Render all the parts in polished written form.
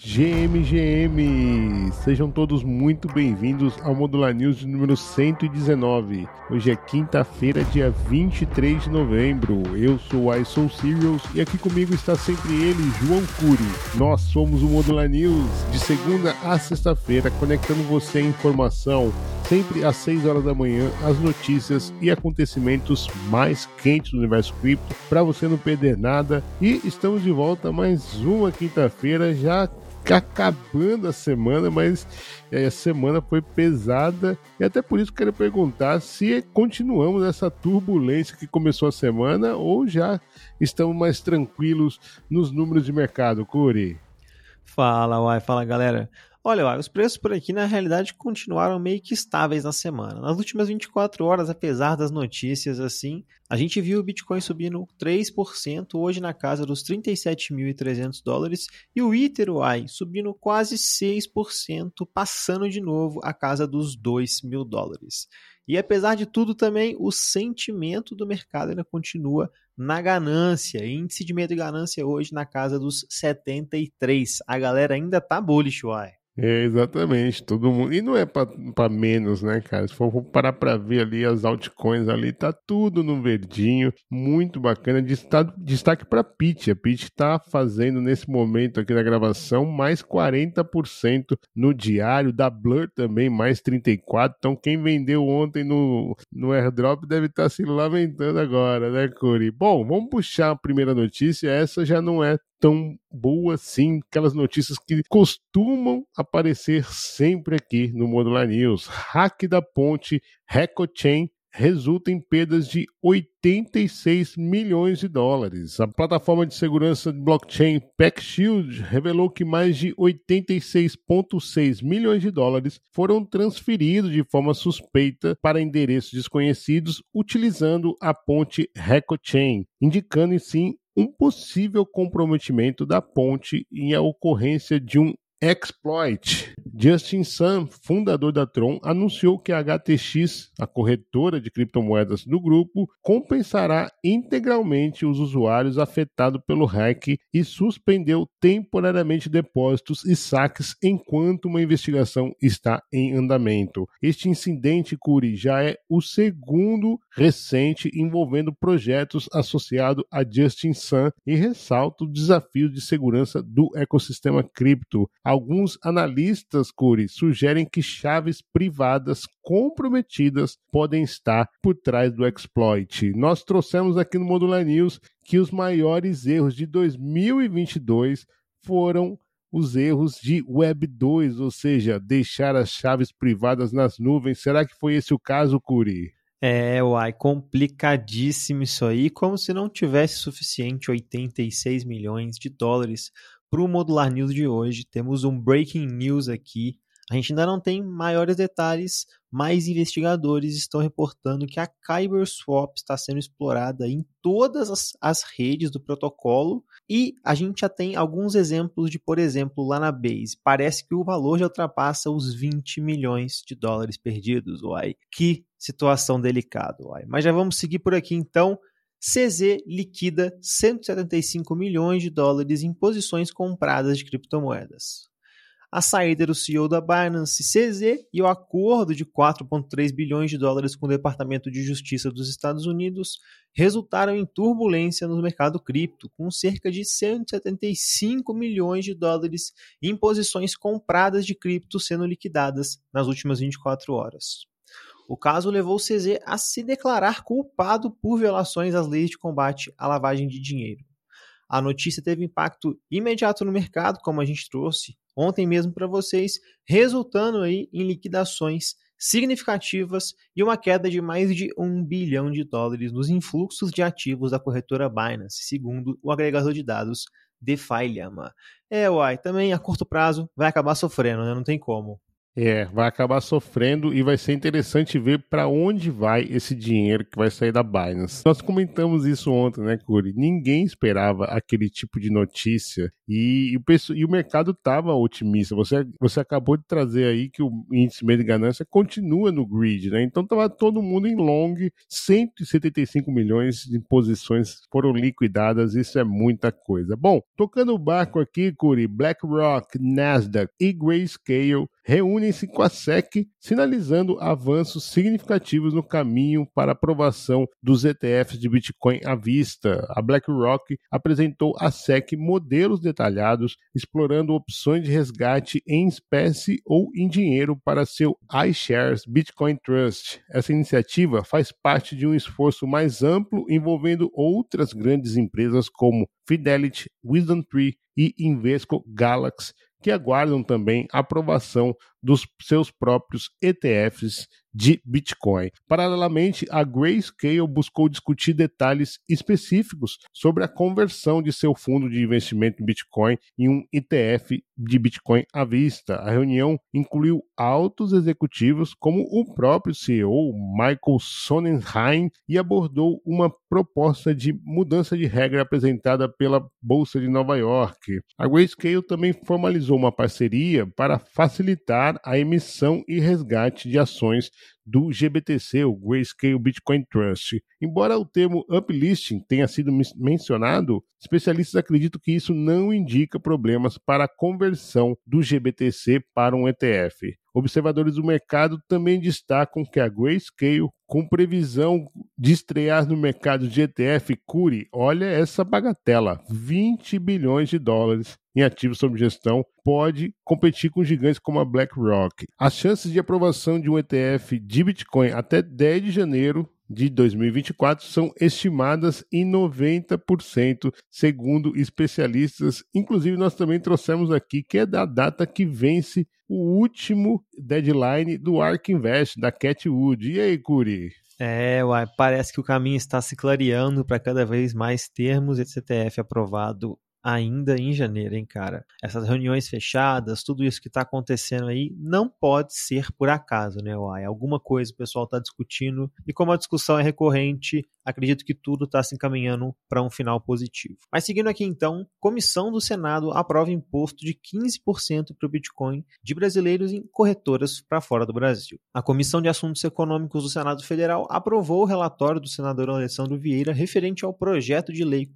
GM. Sejam todos muito bem-vindos ao Modular News de número 119. Hoje é quinta-feira, dia 23 de novembro. Eu sou o iSouSerious e aqui comigo está sempre ele, João Cury. Nós somos o Modular News, de segunda a sexta-feira, conectando você à informação, sempre às 6 horas da manhã, as notícias e acontecimentos mais quentes do universo cripto, para você não perder nada. E estamos de volta mais uma quinta-feira, já acabando a semana, mas a semana foi pesada e até por isso quero perguntar se continuamos essa turbulência que começou a semana ou já estamos mais tranquilos nos números de mercado, Cury. Fala galera. Olha, os preços por aqui na realidade continuaram meio que estáveis na semana. Nas últimas 24 horas, apesar das notícias assim, a gente viu o Bitcoin subindo 3%, hoje na casa dos $37.300, e o Ether subindo quase 6%, passando de novo a casa dos $2.000. E apesar de tudo também, o sentimento do mercado ainda continua na ganância. Índice de medo e ganância hoje na casa dos 73. A galera ainda tá bullish, uai. Exatamente, todo mundo. E não é pra menos, né, cara? Se for parar pra ver ali as altcoins ali, tá tudo no verdinho, muito bacana. Destaque pra Pitch. A Pitch tá fazendo nesse momento aqui da gravação mais 40% no diário, da Blur também mais 34%. Então quem vendeu ontem no airdrop deve estar se lamentando agora, né, Cury? Bom, vamos puxar a primeira notícia. Essa já não é tão boa assim, aquelas notícias que costumam aparecer sempre aqui no Modular News. Hack da ponte Recochain resulta em perdas de $86 milhões. A plataforma de segurança de blockchain PeckShield revelou que mais de $86,6 milhões foram transferidos de forma suspeita para endereços desconhecidos utilizando a ponte Recochain, indicando sim um possível comprometimento da ponte e a ocorrência de um exploit. Justin Sun, fundador da Tron, anunciou que a HTX, a corretora de criptomoedas do grupo, compensará integralmente os usuários afetados pelo hack e suspendeu temporariamente depósitos e saques enquanto uma investigação está em andamento. Este incidente, Cury, já é o segundo recente envolvendo projetos associados a Justin Sun e ressalta os desafios de segurança do ecossistema cripto. Alguns analistas, Cury, sugerem que chaves privadas comprometidas podem estar por trás do exploit. Nós trouxemos aqui no Modular News que os maiores erros de 2022 foram os erros de Web 2, ou seja, deixar as chaves privadas nas nuvens. Será que foi esse o caso, Cury? Complicadíssimo isso aí, como se não tivesse suficiente $86 milhões para o Modular News de hoje. Temos um breaking news aqui. A gente ainda não tem maiores detalhes, mas investigadores estão reportando que a Kyber Swap está sendo explorada em todas as redes do protocolo e a gente já tem alguns exemplos de, por exemplo, lá na Base. Parece que o valor já ultrapassa os $20 milhões perdidos. Uai, que situação delicada. Uai. Mas já vamos seguir por aqui então. CZ liquida $175 milhões em posições compradas de criptomoedas. A saída do CEO da Binance CZ e o acordo de $4,3 bilhões com o Departamento de Justiça dos Estados Unidos resultaram em turbulência no mercado cripto, com cerca de $175 milhões em posições compradas de cripto sendo liquidadas nas últimas 24 horas. O caso levou o CZ a se declarar culpado por violações às leis de combate à lavagem de dinheiro. A notícia teve impacto imediato no mercado, como a gente trouxe ontem mesmo para vocês, resultando aí em liquidações significativas e uma queda de mais de $1 bilhão nos influxos de ativos da corretora Binance, segundo o agregador de dados DeFi Llama. Também a curto prazo vai acabar sofrendo, né? Não tem como. Vai acabar sofrendo e vai ser interessante ver para onde vai esse dinheiro que vai sair da Binance. Nós comentamos isso ontem, né, Curi? Ninguém esperava aquele tipo de notícia e o mercado estava otimista. Você acabou de trazer aí que o índice meio de ganância continua no grid, né? Então estava todo mundo em long, 175 milhões de posições foram liquidadas, isso é muita coisa. Bom, tocando o barco aqui, Curi, BlackRock, Nasdaq e Grayscale reúnem-se com a SEC, sinalizando avanços significativos no caminho para aprovação dos ETFs de Bitcoin à vista. A BlackRock apresentou à SEC modelos detalhados, explorando opções de resgate em espécie ou em dinheiro para seu iShares Bitcoin Trust. Essa iniciativa faz parte de um esforço mais amplo envolvendo outras grandes empresas como Fidelity, WisdomTree e Invesco Galaxy, que aguardam também a aprovação dos seus próprios ETFs de Bitcoin. Paralelamente, a Grayscale buscou discutir detalhes específicos sobre a conversão de seu fundo de investimento em Bitcoin em um ETF de Bitcoin à vista. A reunião incluiu altos executivos como o próprio CEO Michael Sonnenheim e abordou uma proposta de mudança de regra apresentada pela Bolsa de Nova York. A Grayscale também formalizou uma parceria para facilitar a emissão e resgate de ações do GBTC, o Grayscale Bitcoin Trust. Embora o termo uplisting tenha sido mencionado, especialistas acreditam que isso não indica problemas para a conversão do GBTC para um ETF. Observadores do mercado também destacam que a Grayscale, com previsão de estrear no mercado de ETF, Curi, olha essa bagatela, 20 bilhões de dólares em ativos sob gestão, pode competir com gigantes como a BlackRock. As chances de aprovação de um ETF de Bitcoin até 10 de janeiro de 2024 são estimadas em 90%, segundo especialistas. Inclusive, nós também trouxemos aqui que é da data que vence o último deadline do ARK Invest, da Cathie Wood. E aí, Curi? Parece que o caminho está se clareando para cada vez mais termos esse ETF aprovado ainda em janeiro, hein, cara? Essas reuniões fechadas, tudo isso que está acontecendo aí, não pode ser por acaso, né, Uai? Alguma coisa o pessoal está discutindo, e como a discussão é recorrente, acredito que tudo está se encaminhando para um final positivo. Mas seguindo aqui então, Comissão do Senado aprova imposto de 15% para o Bitcoin de brasileiros em corretoras para fora do Brasil. A Comissão de Assuntos Econômicos do Senado Federal aprovou o relatório do senador Alessandro Vieira referente ao projeto de lei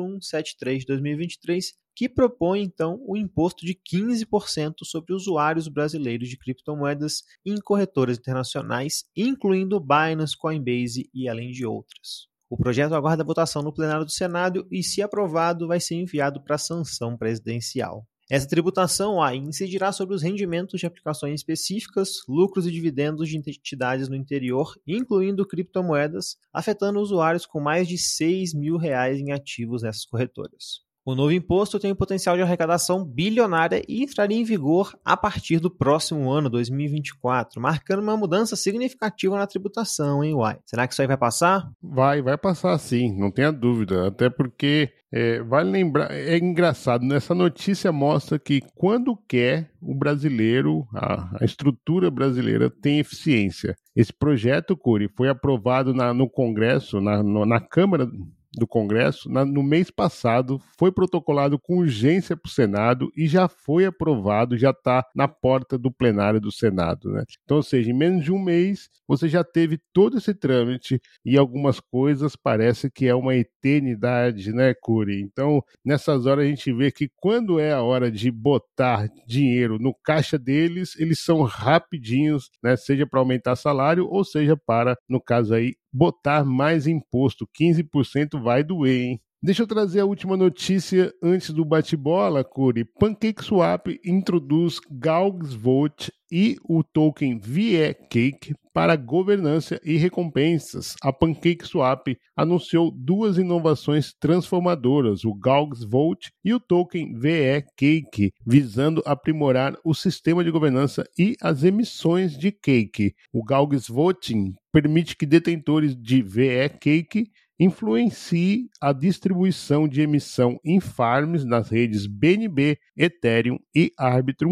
4173 de 2023, que propõe, então, o imposto de 15% sobre usuários brasileiros de criptomoedas em corretoras internacionais, incluindo Binance, Coinbase e além de outras. O projeto aguarda votação no plenário do Senado e, se aprovado, vai ser enviado para sanção presidencial. Essa tributação incidirá sobre os rendimentos de aplicações específicas, lucros e dividendos de entidades no interior, incluindo criptomoedas, afetando usuários com mais de R$6 mil em ativos nessas corretoras. O novo imposto tem o potencial de arrecadação bilionária e entraria em vigor a partir do próximo ano, 2024, marcando uma mudança significativa na tributação, hein, Uai? Será que isso aí vai passar? Vai passar sim, não tenha dúvida, até porque vale lembrar, é engraçado, nessa notícia mostra que quando quer o brasileiro, a estrutura brasileira tem eficiência. Esse projeto, Curi, foi aprovado no Congresso, na Câmara do Congresso, no mês passado, foi protocolado com urgência para o Senado e já foi aprovado, já está na porta do plenário do Senado, né? Então, ou seja, em menos de um mês, você já teve todo esse trâmite e algumas coisas parece que é uma eternidade, né, Curi? Então, nessas horas a gente vê que quando é a hora de botar dinheiro no caixa deles, eles são rapidinhos, né? Seja para aumentar salário ou seja para, no caso aí, botar mais imposto, 15% vai doer, hein? Deixa eu trazer a última notícia antes do bate-bola, Curi. PancakeSwap introduz Gauges Vote e o token VeCake para governança e recompensas. A PancakeSwap anunciou duas inovações transformadoras, o Gauges Vote e o token VeCake, visando aprimorar o sistema de governança e as emissões de cake. O Gauges Voting permite que detentores de VeCake influencie a distribuição de emissão em farms nas redes BNB, Ethereum e Arbitrum,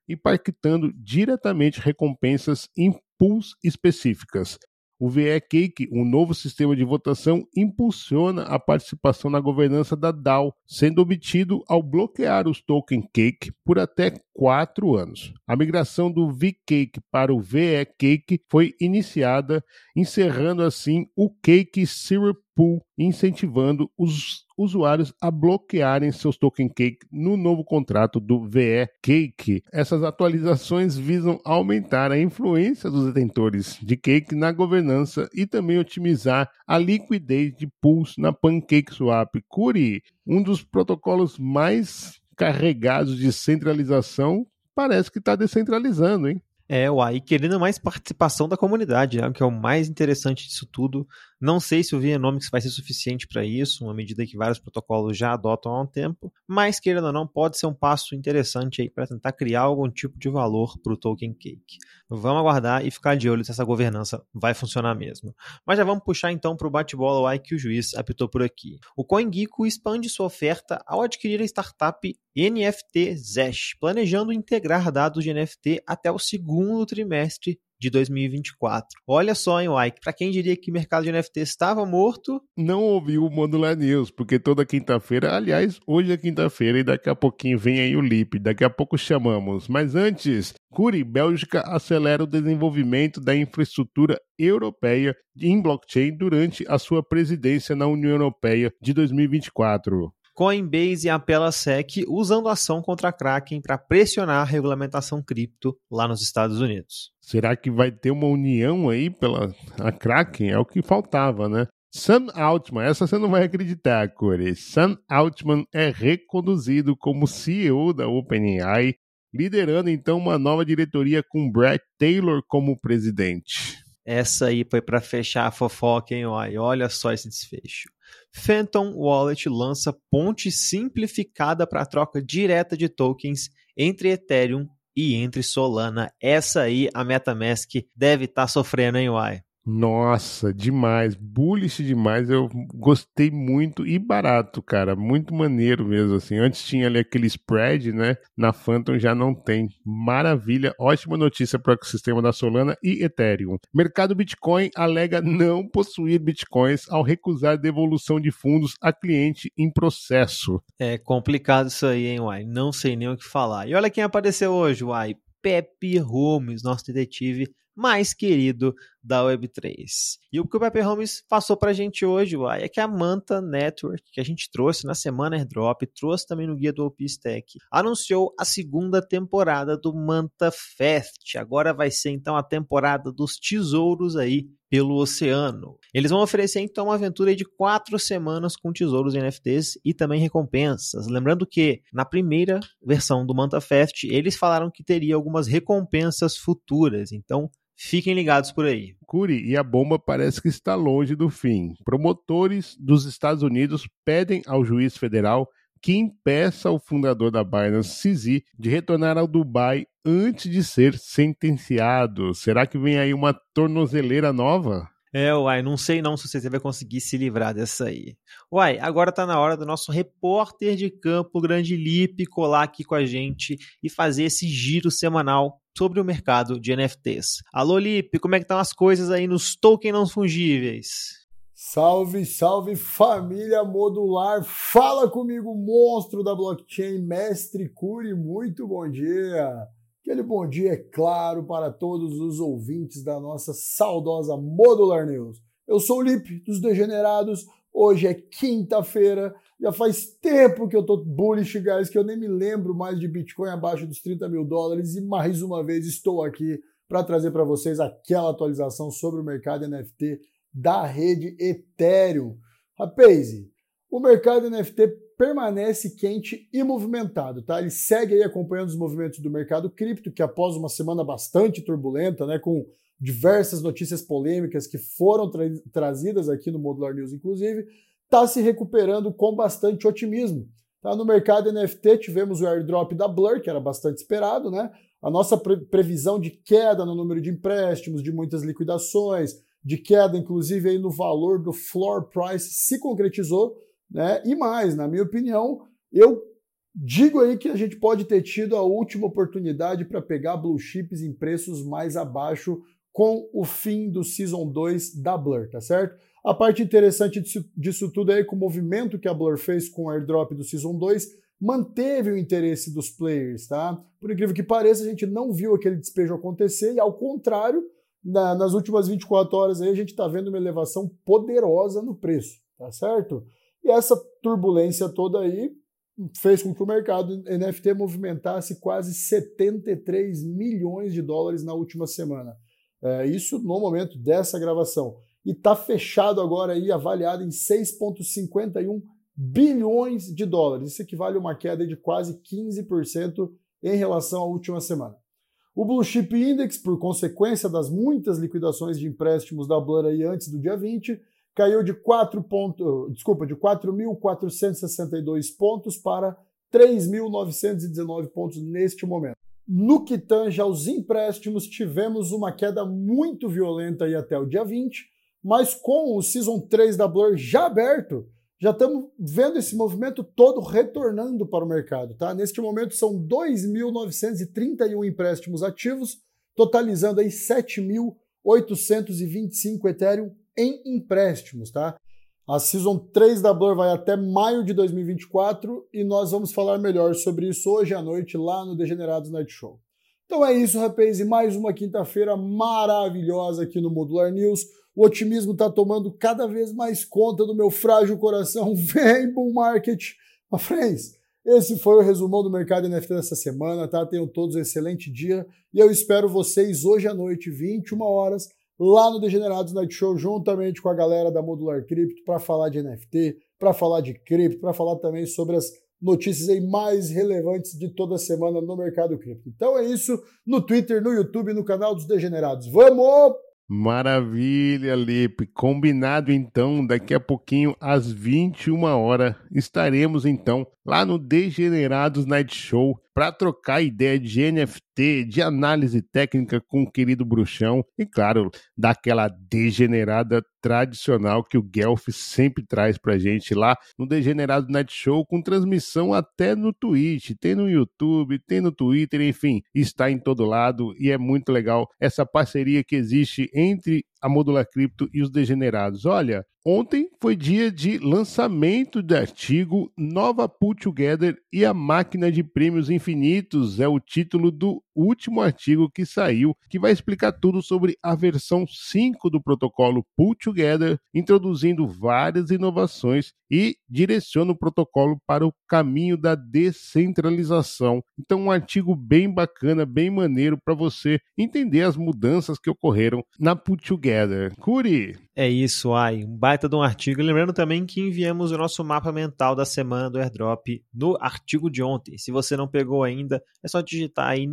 impactando diretamente recompensas em pools específicas. O VE Cake, um novo sistema de votação, impulsiona a participação na governança da DAO, sendo obtido ao bloquear os token Cake por até 4 anos. A migração do VCake para o VE Cake foi iniciada, encerrando assim o Cake Syrup Pool, incentivando os usuários a bloquearem seus token Cake no novo contrato do VE Cake. Essas atualizações visam aumentar a influência dos detentores de Cake na governança e também otimizar a liquidez de pools na PancakeSwap. Curi, um dos protocolos mais carregados de centralização, parece que está descentralizando, hein? E querendo mais participação da comunidade, né? O que é o mais interessante disso tudo. Não sei se o Venomics vai ser suficiente para isso, uma medida que vários protocolos já adotam há um tempo, mas querendo ou não, pode ser um passo interessante aí para tentar criar algum tipo de valor para o Token Cake. Vamos aguardar e ficar de olho se essa governança vai funcionar mesmo. Mas já vamos puxar então para o bate-bola que o juiz apitou por aqui. O CoinGecko expande sua oferta ao adquirir a startup NFT Zash, planejando integrar dados de NFT até o segundo trimestre de 2024. Olha só, hein, Wai, para quem diria que o mercado de NFT estava morto... Não ouviu o Modular News, porque toda quinta-feira, aliás, hoje é quinta-feira e daqui a pouquinho vem aí o LIP, daqui a pouco chamamos. Mas antes, Curi, Bélgica acelera o desenvolvimento da infraestrutura europeia em blockchain durante a sua presidência na União Europeia de 2024. Coinbase apela a SEC usando ação contra a Kraken para pressionar a regulamentação cripto lá nos Estados Unidos. Será que vai ter uma união aí pela a Kraken? É o que faltava, né? Sam Altman, essa você não vai acreditar, Corey. Sam Altman é reconduzido como CEO da OpenAI, liderando então uma nova diretoria com Brett Taylor como presidente. Essa aí foi para fechar a fofoca, hein, Wai? Olha só esse desfecho. Phantom Wallet lança ponte simplificada para a troca direta de tokens entre Ethereum e entre Solana. Essa aí a MetaMask deve estar sofrendo, hein, Wai? Nossa, demais, bullish demais, eu gostei muito e barato, cara, muito maneiro mesmo, assim, antes tinha ali aquele spread, né, na Phantom já não tem, maravilha, ótima notícia para o ecossistema da Solana e Ethereum. Mercado Bitcoin alega não possuir Bitcoins ao recusar devolução de fundos a cliente em processo. É complicado isso aí, hein, Wai, não sei nem o que falar. E olha quem apareceu hoje, Wai, Pepe Holmes, nosso detetive mais querido da Web3. E o que o Pepe Holmes passou pra gente hoje, Uai, é que a Manta Network, que a gente trouxe na semana Airdrop, trouxe também no guia do OP Stack, anunciou a segunda temporada do Manta Fest. Agora vai ser então a temporada dos tesouros aí pelo oceano. Eles vão oferecer então uma aventura de 4 semanas com tesouros NFTs e também recompensas. Lembrando que na primeira versão do Manta Fest, eles falaram que teria algumas recompensas futuras, então fiquem ligados por aí. Curi, e a bomba parece que está longe do fim. Promotores dos Estados Unidos pedem ao juiz federal que impeça o fundador da Binance, CZ, de retornar ao Dubai antes de ser sentenciado. Será que vem aí uma tornozeleira nova? Uai, não sei não se você vai conseguir se livrar dessa aí. Uai, agora tá na hora do nosso repórter de campo, Grande Lipe, colar aqui com a gente e fazer esse giro semanal sobre o mercado de NFTs. Alô, Lipe, como é que estão as coisas aí nos tokens não fungíveis? Salve, salve família modular, fala comigo, monstro da blockchain, mestre Curi, muito bom dia. Aquele bom dia, é claro, para todos os ouvintes da nossa saudosa Modular News. Eu sou o Lipe, dos Degenerados, hoje é quinta-feira, já faz tempo que eu tô bullish, guys, que eu nem me lembro mais de Bitcoin abaixo dos $30 mil, e mais uma vez estou aqui para trazer para vocês aquela atualização sobre o mercado NFT da rede Ethereum. Rapaz, o mercado NFT permanece quente e movimentado, tá? Ele segue aí acompanhando os movimentos do mercado cripto, que após uma semana bastante turbulenta, né, com diversas notícias polêmicas que foram trazidas aqui no Modular News, inclusive, está se recuperando com bastante otimismo. Tá? No mercado NFT tivemos o airdrop da Blur, que era bastante esperado, né? A nossa previsão de queda no número de empréstimos, de muitas liquidações, de queda, inclusive, aí no valor do floor price se concretizou, né? E mais, na minha opinião, eu Digo aí que a gente pode ter tido a última oportunidade para pegar blue chips em preços mais abaixo com o fim do Season 2 da Blur, tá certo? A parte interessante disso tudo é que o movimento que a Blur fez com o airdrop do Season 2 manteve o interesse dos players, tá? Por incrível que pareça, a gente não viu aquele despejo acontecer e, ao contrário, nas últimas 24 horas aí, a gente está vendo uma elevação poderosa no preço, tá certo? E essa turbulência toda aí fez com que o mercado NFT movimentasse quase 73 milhões de dólares na última semana. Isso no momento dessa gravação. E está fechado agora aí, avaliado em 6,51 bilhões de dólares. Isso equivale a uma queda de quase 15% em relação à última semana. O Blue Chip Index, por consequência das muitas liquidações de empréstimos da Blur aí antes do dia 20, caiu de 4.462 pontos para 3.919 pontos neste momento. No que tange aos empréstimos, tivemos uma queda muito violenta aí até o dia 20, mas com o Season 3 da Blur já aberto, já estamos vendo esse movimento todo retornando para o mercado, tá? Neste momento são 2.931 empréstimos ativos, totalizando aí 7.825 Ethereum em empréstimos, tá? A Season 3 da Blur vai até maio de 2024 e nós vamos falar melhor sobre isso hoje à noite lá no Degenerados Night Show. Então é isso, rapaz, e mais uma quinta-feira maravilhosa aqui no Modular News. O otimismo está tomando cada vez mais conta do meu frágil coração. Vem, bull market! Mas, friends, esse foi o resumão do mercado NFT dessa semana, tá? Tenham todos um excelente dia e eu espero vocês hoje à noite, 21 horas, lá no Degenerados Night Show, juntamente com a galera da Modular Crypto, para falar de NFT, para falar de cripto, para falar também sobre as notícias aí mais relevantes de toda semana no mercado cripto. Então é isso, no Twitter, no YouTube, no canal dos Degenerados. Vamos! Maravilha, Lipe. Combinado então, daqui a pouquinho às 21 horas estaremos então lá no Degenerados Night Show para trocar ideia de NFT, de análise técnica com o querido Bruxão e, claro, daquela degenerada tradicional que o Guelph sempre traz pra gente lá no Degenerados Night Show, com transmissão até no Twitch, tem no YouTube, tem no Twitter, enfim, está em todo lado e é muito legal essa parceria que existe entre a Modular Crypto e os Degenerados. Olha, ontem foi dia de lançamento do artigo Nova Pool Together e a Máquina de Prêmios Infinitos. É o título do último artigo que saiu, que vai explicar tudo sobre a versão 5 do protocolo Pool Together, introduzindo várias inovações e direciona o protocolo para o caminho da descentralização. Então, um artigo bem bacana, bem maneiro para você entender as mudanças que ocorreram na Pool Together. Curi! É isso, um baita de um artigo. Lembrando também que enviamos o nosso mapa mental da semana do airdrop no artigo de ontem. Se você não pegou ainda, é só digitar aí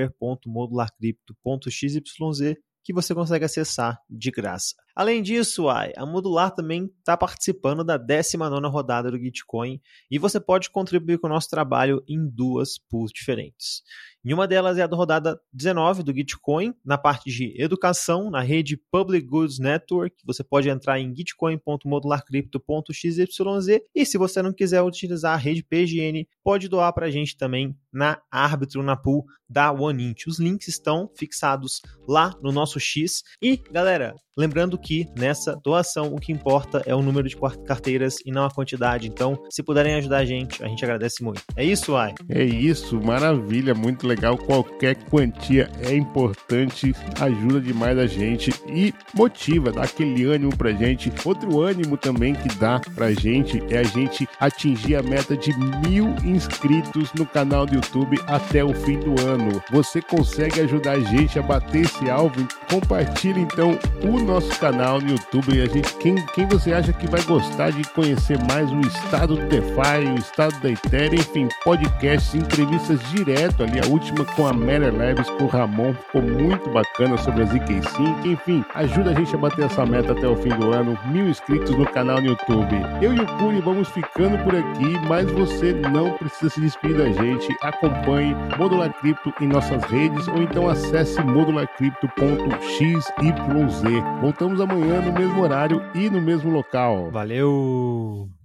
newsletter.modularcrypto.xyz que você consegue acessar de graça. Além disso, a Modular também está participando da 19ª rodada do Gitcoin e você pode contribuir com o nosso trabalho em 2 pools diferentes. Em uma delas é a da rodada 19 do Gitcoin, na parte de educação, na rede Public Goods Network. Você pode entrar em gitcoin.modularcrypto.xyz e se você não quiser utilizar a rede PGN, pode doar para a gente também na Árbitro, na pool da OneInt. Os links estão fixados lá no nosso X. E, galera, lembrando que nessa doação o que importa é o número de carteiras e não a quantidade. Então, se puderem ajudar a gente agradece muito. É isso, É isso, maravilha, muito legal. Qualquer quantia é importante, ajuda demais a gente e motiva, dá aquele ânimo pra gente. Outro ânimo também que dá pra gente é a gente atingir a meta de 1.000 inscritos no canal do YouTube até o fim do ano. Você consegue ajudar a gente a bater esse alvo? Compartilhe então o nosso canal no YouTube. E a gente, quem você acha que vai gostar de conhecer mais o estado do DeFi, o estado da Ethereum, enfim, podcasts, entrevistas direto ali, a última com a Mera Leves, com o Ramon, ficou muito bacana sobre a ZK5, enfim, ajuda a gente a bater essa meta até o fim do ano, 1.000 inscritos no canal no YouTube. Eu e o Curi vamos ficando por aqui, mas você não precisa se despedir da gente, acompanhe Modular Crypto em nossas redes ou então acesse modularcrypto.xyz. Voltamos amanhã no mesmo horário e no mesmo local. Valeu!